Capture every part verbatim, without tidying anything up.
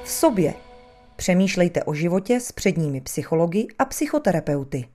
V sobě. Přemýšlejte o životě s předními psychology a psychoterapeuty.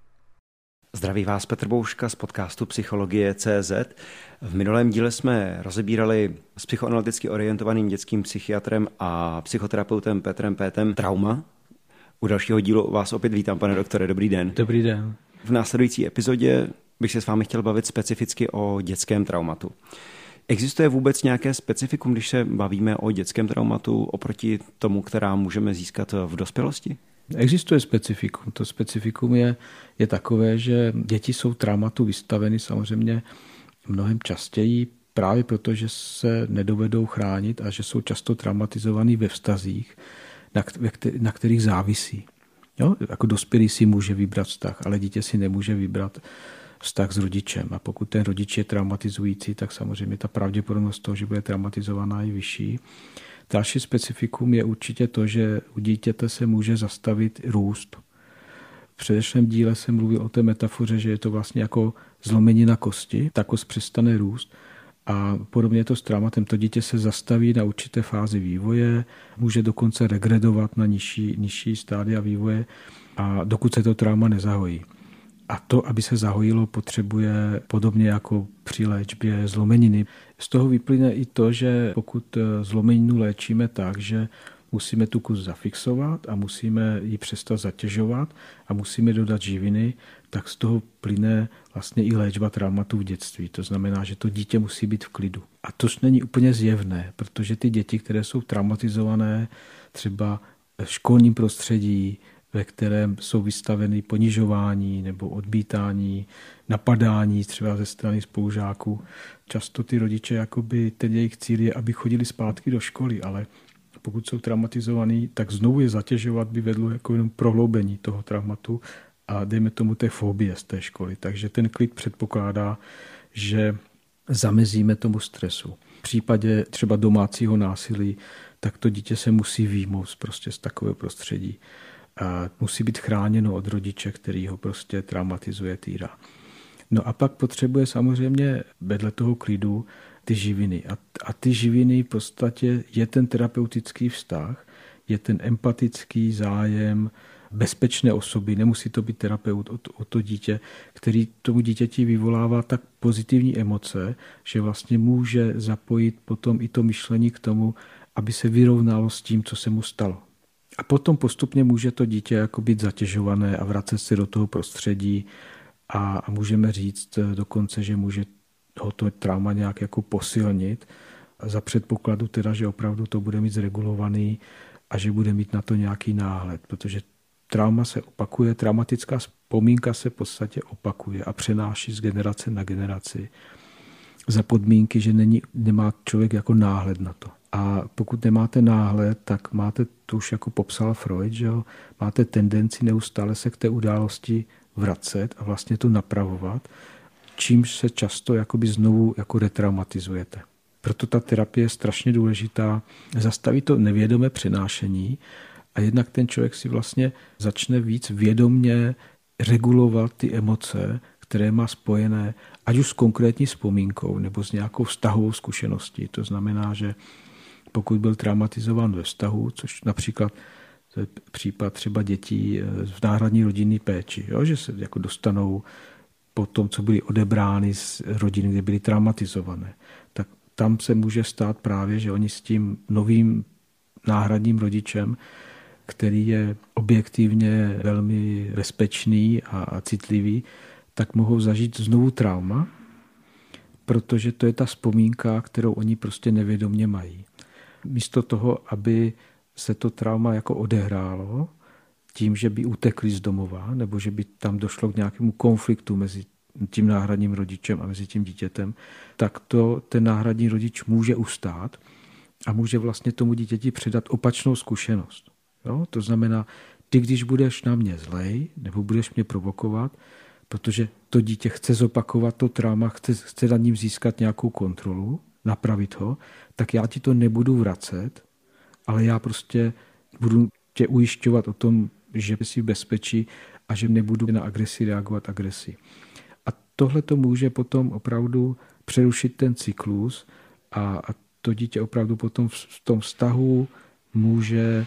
Zdraví vás Petr Bouška z podcastu Psychologie tečka cé zet. V minulém díle jsme rozebírali s psychoanalyticky orientovaným dětským psychiatrem a psychoterapeutem Petrem Pétem trauma. U dalšího dílu vás opět vítám, pane doktore, dobrý den. Dobrý den. V následující epizodě bych se s vámi chtěl bavit specificky o dětském traumatu. Existuje vůbec nějaké specifikum, když se bavíme o dětském traumatu oproti tomu, která můžeme získat v dospělosti? Existuje specifikum. To specifikum je, je takové, že děti jsou traumatu vystaveny samozřejmě mnohem častěji, právě proto, že se nedovedou chránit a že jsou často traumatizovaní ve vztazích, na, na kterých závisí. Jo? Jako dospělý si může vybrat vztah, ale dítě si nemůže vybrat vztah s rodičem. A pokud ten rodič je traumatizující, tak samozřejmě ta pravděpodobnost toho, že bude traumatizovaná, je vyšší. Další specifikum je určitě to, že u dítěte se může zastavit růst. V předešlém díle jsem mluvil o té metafoře, že je to vlastně jako zlomenina kosti, ta kost přestane růst a podobně je to s traumatem. To dítě se zastaví na určité fázi vývoje, může dokonce regredovat na nižší, nižší stádia vývoje, a dokud se to trauma nezahojí. A to, aby se zahojilo, potřebuje podobně jako při léčbě zlomeniny. Z toho vyplyne i to, že pokud zlomeninu léčíme tak, že musíme tu kost zafixovat a musíme ji přestat zatěžovat a musíme dodat živiny, tak z toho plyne vlastně i léčba traumatu v dětství. To znamená, že to dítě musí být v klidu. A to není úplně zjevné, protože ty děti, které jsou traumatizované třeba v školním prostředí, ve kterém jsou vystaveny ponižování nebo odmítání, napadání třeba ze strany spolužáků. Často ty rodiče, jakoby ten jejich cíl je, aby chodili zpátky do školy, ale pokud jsou traumatizovaní, tak znovu je zatěžovat by vedlo jako jenom prohloubení toho traumatu a dejme tomu té fobie z té školy. Takže ten klid předpokládá, že zamezíme tomu stresu. V případě třeba domácího násilí, tak to dítě se musí vyjmout prostě z takového prostředí. A musí být chráněno od rodiče, který ho prostě traumatizuje, týrá. No a pak potřebuje samozřejmě vedle toho klidu ty živiny. A, a ty živiny v podstatě je ten terapeutický vztah, je ten empatický zájem bezpečné osoby, nemusí to být terapeut o to, o to dítě, který tomu dítěti vyvolává tak pozitivní emoce, že vlastně může zapojit potom i to myšlení k tomu, aby se vyrovnalo s tím, co se mu stalo. A potom postupně může to dítě jako být zatěžované a vracet se do toho prostředí a, a můžeme říct dokonce, že může ho to trauma nějak jako posilnit za předpokladu teda, že opravdu to bude mít zregulovaný a že bude mít na to nějaký náhled, protože trauma se opakuje, traumatická vzpomínka se v podstatě opakuje a přenáší z generace na generaci za podmínky, že není, nemá člověk jako náhled na to. A pokud nemáte náhled, tak máte, to už jako popsal Freud, že jo, máte tendenci neustále se k té události vracet a vlastně to napravovat, čímž se často jakoby znovu jako retraumatizujete. Proto ta terapie je strašně důležitá. Zastaví to nevědomé přenášení a jednak ten člověk si vlastně začne víc vědomně regulovat ty emoce, které má spojené ať už s konkrétní vzpomínkou nebo s nějakou vztahovou zkušeností. To znamená, že pokud byl traumatizován ve vztahu, což například to je případ třeba dětí v náhradní rodinné péči, jo, že se jako dostanou po tom, co byly odebrány z rodin, kde byly traumatizované, tak tam se může stát právě, že oni s tím novým náhradním rodičem, který je objektivně velmi bezpečný a, a citlivý, tak mohou zažít znovu trauma, protože to je ta vzpomínka, kterou oni prostě nevědomě mají. Místo toho, aby se to trauma jako odehrálo tím, že by utekli z domova, nebo že by tam došlo k nějakému konfliktu mezi tím náhradním rodičem a mezi tím dítětem, tak to ten náhradní rodič může ustát a může vlastně tomu dítěti předat opačnou zkušenost. Jo? To znamená, ty když budeš na mě zlej, nebo budeš mě provokovat, protože to dítě chce zopakovat to trauma, chce, chce nad ním získat nějakou kontrolu, napravit ho, tak já ti to nebudu vracet, ale já prostě budu tě ujišťovat o tom, že jsi v bezpečí a že nebudu na agresi reagovat agresi. A tohle to může potom opravdu přerušit ten cyklus a, a to dítě opravdu potom v tom vztahu může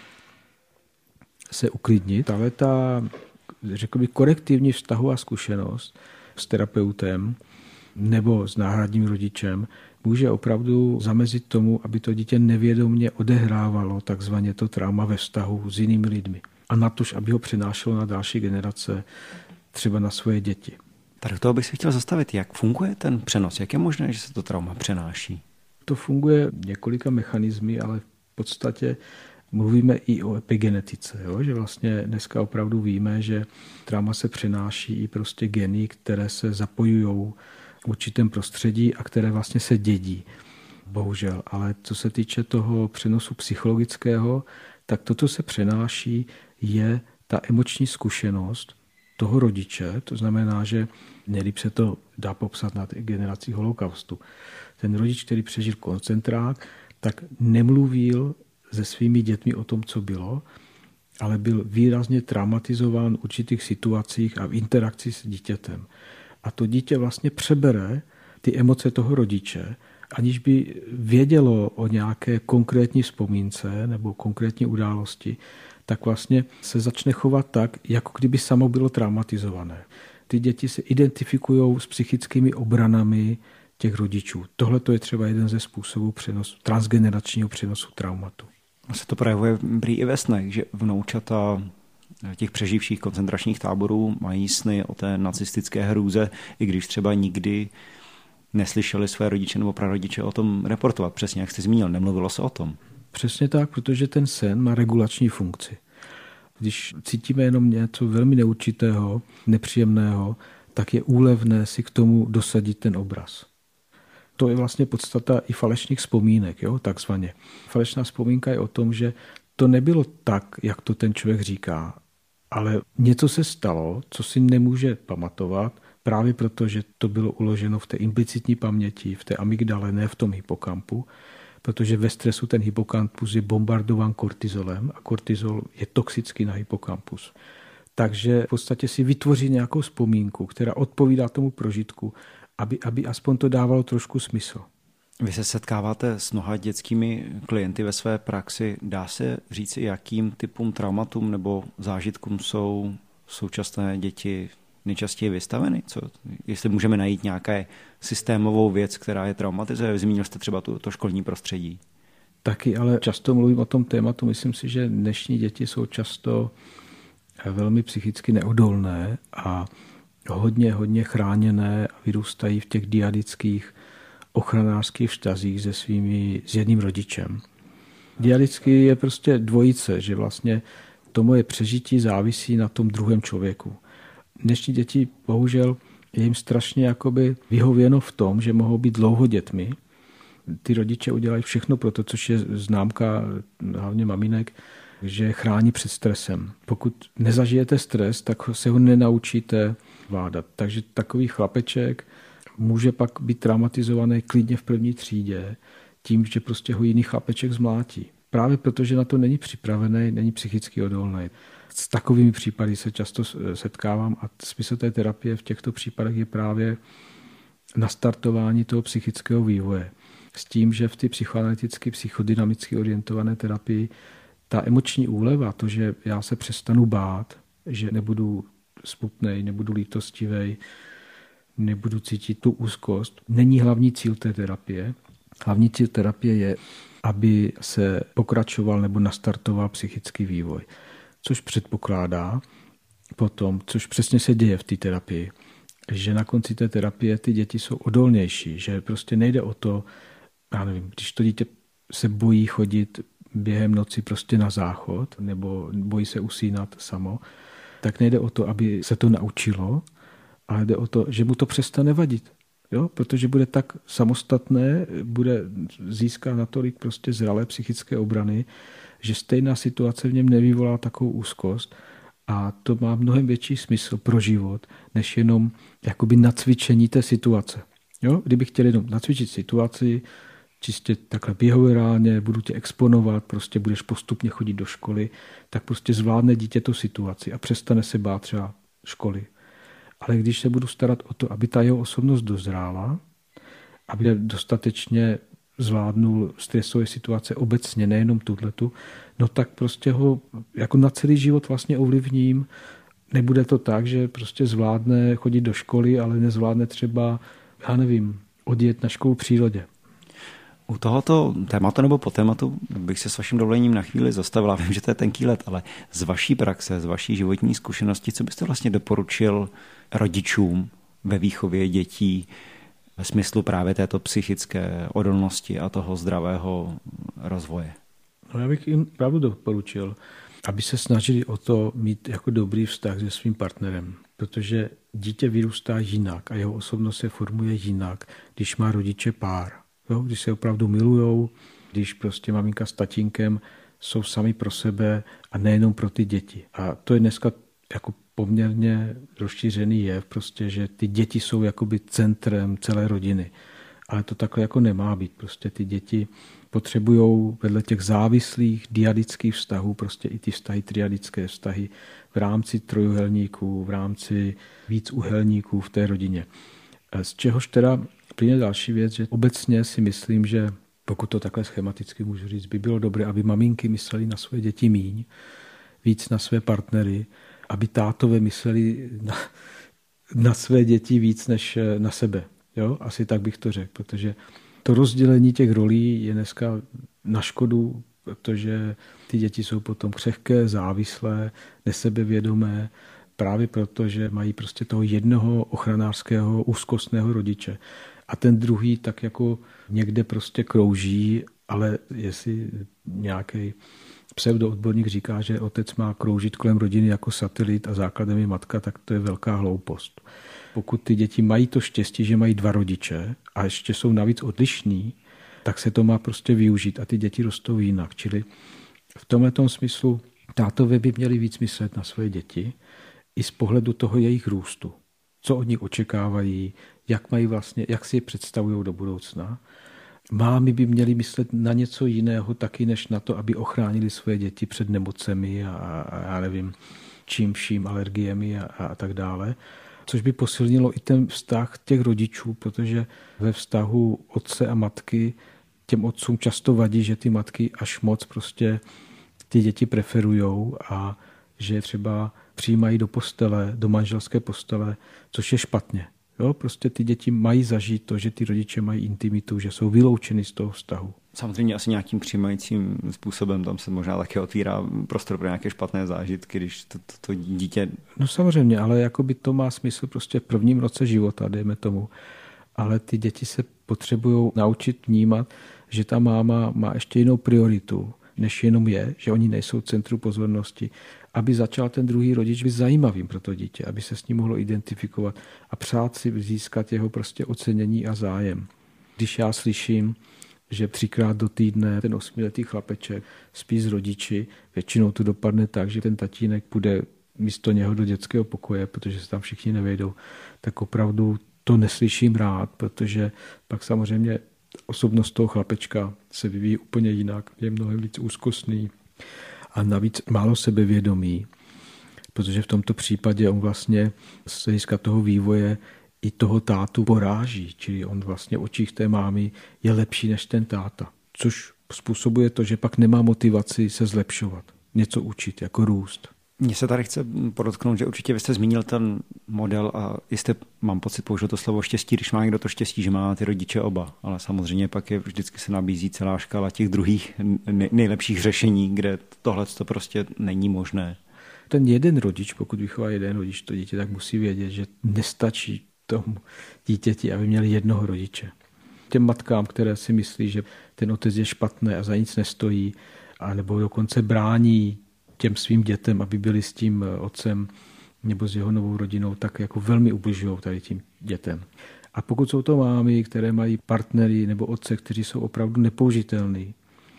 se uklidnit, ale ta, řekl bych, korektivní vztahová zkušenost s terapeutem nebo s náhradním rodičem může opravdu zamezit tomu, aby to dítě nevědomně odehrávalo takzvaně to trauma ve vztahu s jinými lidmi. A natož, aby ho přenášelo na další generace, třeba na svoje děti. Tady toho bych se chtěl zastavit. Jak funguje ten přenos? Jak je možné, že se to trauma přenáší? To funguje několika mechanismy, ale v podstatě mluvíme i o epigenetice, jo? Že vlastně dneska opravdu víme, že trauma se přenáší i prostě geny, které se zapojují v určitém prostředí a které vlastně se dědí. Bohužel. Ale co se týče toho přenosu psychologického, tak to, co se přenáší, je ta emoční zkušenost toho rodiče. To znamená, že nejlíp se to dá popsat na generaci holokaustu. Ten rodič, který přežil koncentrák, tak nemluvil se svými dětmi o tom, co bylo, ale byl výrazně traumatizován v určitých situacích a v interakci s dítětem. A to dítě vlastně přebere ty emoce toho rodiče, aniž by vědělo o nějaké konkrétní vzpomínce nebo konkrétní události, tak vlastně se začne chovat tak, jako kdyby samo bylo traumatizované. Ty děti se identifikují s psychickými obranami těch rodičů. Tohle to je třeba jeden ze způsobů přenosu, transgeneračního přenosu traumatu. A se to projevuje prý i ve snech, že vnoučata těch přeživších koncentračních táborů mají sny o té nacistické hrůze, i když třeba nikdy neslyšeli své rodiče nebo prarodiče o tom reportovat. Přesně jak jste zmínil, nemluvilo se o tom. Přesně tak, protože ten sen má regulační funkci. Když cítíme jenom něco velmi neurčitého, nepříjemného, tak je úlevné si k tomu dosadit ten obraz. To je vlastně podstata i falešných vzpomínek, jo, takzvaně. Falešná vzpomínka je o tom, že to nebylo tak, jak to ten člověk říká, ale něco se stalo, co si nemůže pamatovat, právě proto, že to bylo uloženo v té implicitní paměti, v té amygdale, ne v tom hypokampu, protože ve stresu ten hypokampus je bombardován kortizolem a kortizol je toxický na hypokampus. Takže v podstatě si vytvoří nějakou vzpomínku, která odpovídá tomu prožitku, aby, aby aspoň to dávalo trošku smysl. Vy se setkáváte s mnoha dětskými klienty ve své praxi. Dá se říci, jakým typům traumatům nebo zážitkům jsou současné děti nejčastěji vystaveny? Co, jestli můžeme najít nějaké systémovou věc, která je traumatizuje? Zmínil jste třeba tu, to školní prostředí. Taky, ale často mluvím o tom tématu. Myslím si, že dnešní děti jsou často velmi psychicky neodolné a hodně, hodně chráněné a vyrůstají v těch dyadických ochranářských vztazích se svými, s jedním rodičem. Dyadický je prostě dvojice, že vlastně to moje přežití závisí na tom druhém člověku. Dnešní děti, bohužel, je jim strašně jakoby vyhověno v tom, že mohou být dlouho dětmi. Ty rodiče udělají všechno pro to, což je známka hlavně maminek, že chrání před stresem. Pokud nezažijete stres, tak se ho nenaučíte vládat. Takže takový chlapeček může pak být traumatizovaný klidně v první třídě tím, že prostě ho jiný chlapeček zmlátí. Právě protože na to není připravený, není psychicky odolný. S takovými případy se často setkávám a smysl té terapie v těchto případech je právě nastartování toho psychického vývoje. S tím, že v ty psychoanalyticky, psychodynamicky orientované terapii ta emoční úleva, to, že já se přestanu bát, že nebudu smutnej, nebudu lítostivej, nebudu cítit tu úzkost, není hlavní cíl té terapie. Hlavní cíl terapie je, aby se pokračoval nebo nastartoval psychický vývoj. Což předpokládá potom, což přesně se děje v té terapii, že na konci té terapie ty děti jsou odolnější, že prostě nejde o to, já nevím, když to dítě se bojí chodit během noci prostě na záchod nebo bojí se usínat samo, tak nejde o to, aby se to naučilo, ale jde o to, že mu to přestane vadit. Jo? Protože bude tak samostatné, bude získat natolik prostě zralé psychické obrany, že stejná situace v něm nevyvolá takovou úzkost a to má mnohem větší smysl pro život, než jenom jakoby nacvičení té situace. Jo? Kdybych chtěl jenom nacvičit situaci, čistě takhle behaviorálně, budu tě exponovat, prostě budeš postupně chodit do školy, tak prostě zvládne dítě tu situaci a přestane se bát třeba školy. Ale když se budu starat o to, aby ta jeho osobnost dozrála, aby dostatečně zvládnul stresové situace obecně, nejenom tuhletu, no tak prostě ho jako na celý život vlastně ovlivním. Nebude to tak, že prostě zvládne chodit do školy, ale nezvládne třeba, já nevím, odjet na školu v přírodě. U tohoto tématu nebo po tématu bych se s vaším dovolením na chvíli zastavila. Vím, že to je tenký let, ale z vaší praxe, z vaší životní zkušenosti, co byste vlastně doporučil rodičům ve výchově dětí ve smyslu právě této psychické odolnosti a toho zdravého rozvoje? No já bych jim pravdu doporučil, aby se snažili o to mít jako dobrý vztah se svým partnerem, protože dítě vyrůstá jinak a jeho osobnost se formuje jinak, když má rodiče pár. Jo, když se opravdu milujou, když prostě maminka s tatínkem jsou sami pro sebe a nejenom pro ty děti. A to je dneska jako poměrně rozšířený jev, prostě, že ty děti jsou jakoby centrem celé rodiny. Ale to takhle jako nemá být. Prostě ty děti potřebují vedle těch závislých diadických vztahů prostě i ty vztahy triadické vztahy v rámci trojuhelníků, v rámci vícúhelníků v té rodině. Z čehož teda plyne další věc, že obecně si myslím, že pokud to takhle schematicky můžu říct, by bylo dobré, aby maminky mysleli na své děti míň, víc na své partnery, aby tátové mysleli na, na své děti víc než na sebe. Jo? Asi tak bych to řekl, protože to rozdělení těch rolí je dneska na škodu, protože ty děti jsou potom křehké, závislé, nesebevědomé, právě proto, že mají prostě toho jednoho ochranářského úzkostného rodiče. A ten druhý tak jako někde prostě krouží, ale jestli nějaký pseudoodborník říká, že otec má kroužit kolem rodiny jako satelit a základem je matka, tak to je velká hloupost. Pokud ty děti mají to štěstí, že mají dva rodiče a ještě jsou navíc odlišní, tak se to má prostě využít a ty děti rostou jinak. Čili v tomhletom smyslu tátové by měli víc myslet na své děti i z pohledu toho jejich růstu. Co od nich očekávají, jak mají vlastně, jak si je představují do budoucna. Mámy by měly myslet na něco jiného taky, než na to, aby ochránili své děti před nemocemi a, a já nevím, čím vším, alergiemi a, a tak dále. Což by posilnilo i ten vztah těch rodičů, protože ve vztahu otce a matky těm otcům často vadí, že ty matky až moc prostě ty děti preferujou a že třeba přijímají do postele, do manželské postele, což je špatně. Jo, prostě ty děti mají zažít to, že ty rodiče mají intimitu, že jsou vyloučeny z toho vztahu. Samozřejmě asi nějakým přijímajícím způsobem tam se možná také otvírá prostor pro nějaké špatné zážitky, když to, to, to dítě... No samozřejmě, ale jakoby to má smysl prostě v prvním roce života, dejme tomu. Ale ty děti se potřebují naučit vnímat, že ta máma má ještě jinou prioritu, než jenom je, že oni nejsou v centru pozornosti, aby začal ten druhý rodič být zajímavým pro to dítě, aby se s ním mohlo identifikovat a přát si získat jeho prostě ocenění a zájem. Když já slyším, že třikrát do týdne ten osmiletý chlapeček spí s rodiči, většinou to dopadne tak, že ten tatínek půjde místo něho do dětského pokoje, protože se tam všichni nevejdou, tak opravdu to neslyším rád, protože pak samozřejmě osobnost toho chlapečka se vyvíjí úplně jinak, je mnohem víc úzkostný a navíc málo sebevědomý, protože v tomto případě on vlastně z hlediska toho vývoje i toho tátu poráží, čili on vlastně v očích té mámy je lepší než ten táta, což způsobuje to, že pak nemá motivaci se zlepšovat, něco učit, jako růst. Mně se tady chce podotknout, že určitě vy jste zmínil ten model a jistě mám pocit, použil to slovo štěstí, když má někdo to štěstí, že má ty rodiče oba, ale samozřejmě pak je vždycky se nabízí celá škála těch druhých nejlepších řešení, kde tohle to prostě není možné. Ten jeden rodič, pokud vychová jeden rodič to dítě, tak musí vědět, že nestačí tomu dítěti, aby měli jednoho rodiče. Těm matkám, které si myslí, že ten otec je špatný a za nic nestojí, anebo dokonce brání těm svým dětem, aby byli s tím otcem nebo s jeho novou rodinou, tak jako velmi ubližují tady tím dětem. A pokud jsou to mámy, které mají partnery nebo otce, kteří jsou opravdu nepoužitelní,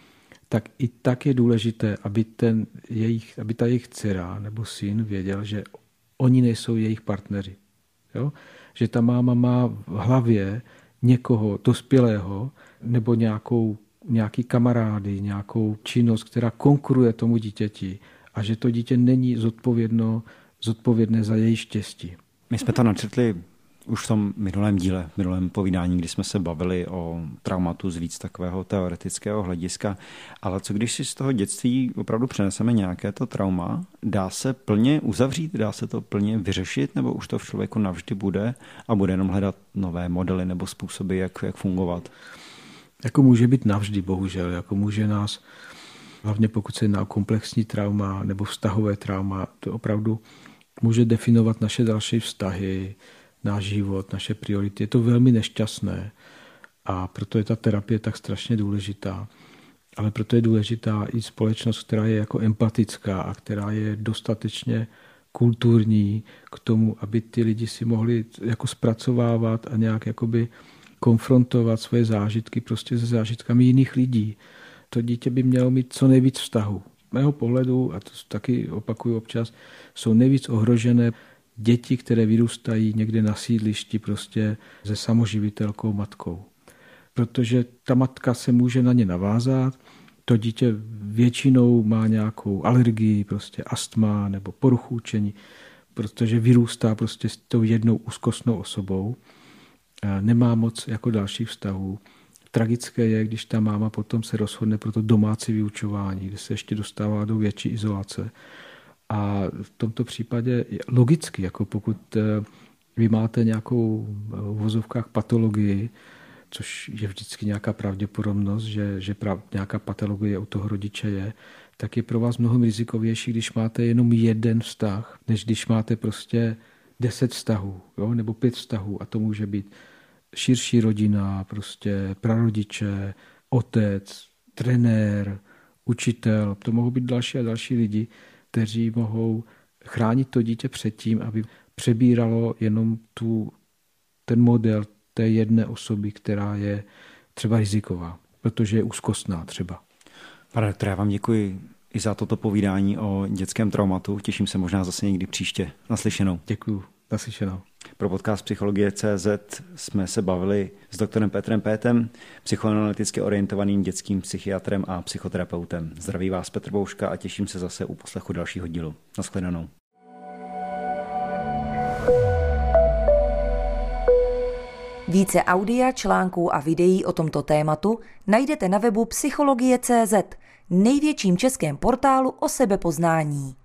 tak i tak je důležité, aby, ten jejich, aby ta jejich dcera nebo syn věděl, že oni nejsou jejich partneři. Jo? Že ta máma má v hlavě někoho dospělého nebo nějakou, nějaký kamarády, nějakou činnost, která konkuruje tomu dítěti a že to dítě není zodpovědno, zodpovědné za její štěstí. My jsme to načrtli už v tom minulém díle, v minulém povídání, kdy jsme se bavili o traumatu z víc takového teoretického hlediska, ale co když si z toho dětství opravdu přeneseme nějaké to trauma, dá se plně uzavřít, dá se to plně vyřešit, nebo už to v člověku navždy bude a bude jenom hledat nové modely nebo způsoby, jak, jak fungovat? Jako může být navždy, bohužel, jako může nás, hlavně pokud se jedná o komplexní trauma nebo vztahové trauma, to opravdu může definovat naše další vztahy, náš život, naše priority. Je to velmi nešťastné a proto je ta terapie tak strašně důležitá. Ale proto je důležitá i společnost, která je jako empatická a která je dostatečně kulturní k tomu, aby ty lidi si mohli jako zpracovávat a nějak jakoby konfrontovat svoje zážitky prostě se zážitkami jiných lidí. To dítě by mělo mít co nejvíc vztahu. Z mého pohledu, a to taky opakuju občas, jsou nejvíc ohrožené děti, které vyrůstají někde na sídlišti prostě se samoživitelkou matkou. Protože ta matka se může na ně navázat, to dítě většinou má nějakou alergii, prostě astma nebo poruchu učení, protože vyrůstá prostě s tou jednou úzkostnou osobou, nemá moc jako dalších vztahů. Tragické je, když ta máma potom se rozhodne pro to domácí vyučování, kde se ještě dostává do větší izolace. A v tomto případě logicky, jako pokud vy máte nějakou v vozovkách patologii, což je vždycky nějaká pravděpodobnost, že, že prav, nějaká patologie u toho rodiče je, tak je pro vás mnohem rizikovější, když máte jenom jeden vztah, než když máte prostě deset vztahů, jo? Nebo pět vztahů a to může být širší rodina, prostě prarodiče, otec, trenér, učitel, to mohou být další a další lidi, kteří mohou chránit to dítě před tím, aby přebíralo jenom tu, ten model té jedné osoby, která je třeba riziková, protože je úzkostná třeba. Pane doktore, já vám děkuji i za toto povídání o dětském traumatu. Těším se možná zase někdy příště. Naslyšenou. Děkuji. Naslyšenou. Pro podcast Psychologie tečka cé zet jsme se bavili s doktorem Petrem Pétem, psychoanalyticky orientovaným dětským psychiatrem a psychoterapeutem. Zdraví vás Petr Bouška a těším se zase u poslechu dalšího dílu. Naschledanou. Více audia, článků a videí o tomto tématu najdete na webu Psychologie tečka cé zet, největším českém portálu o sebepoznání.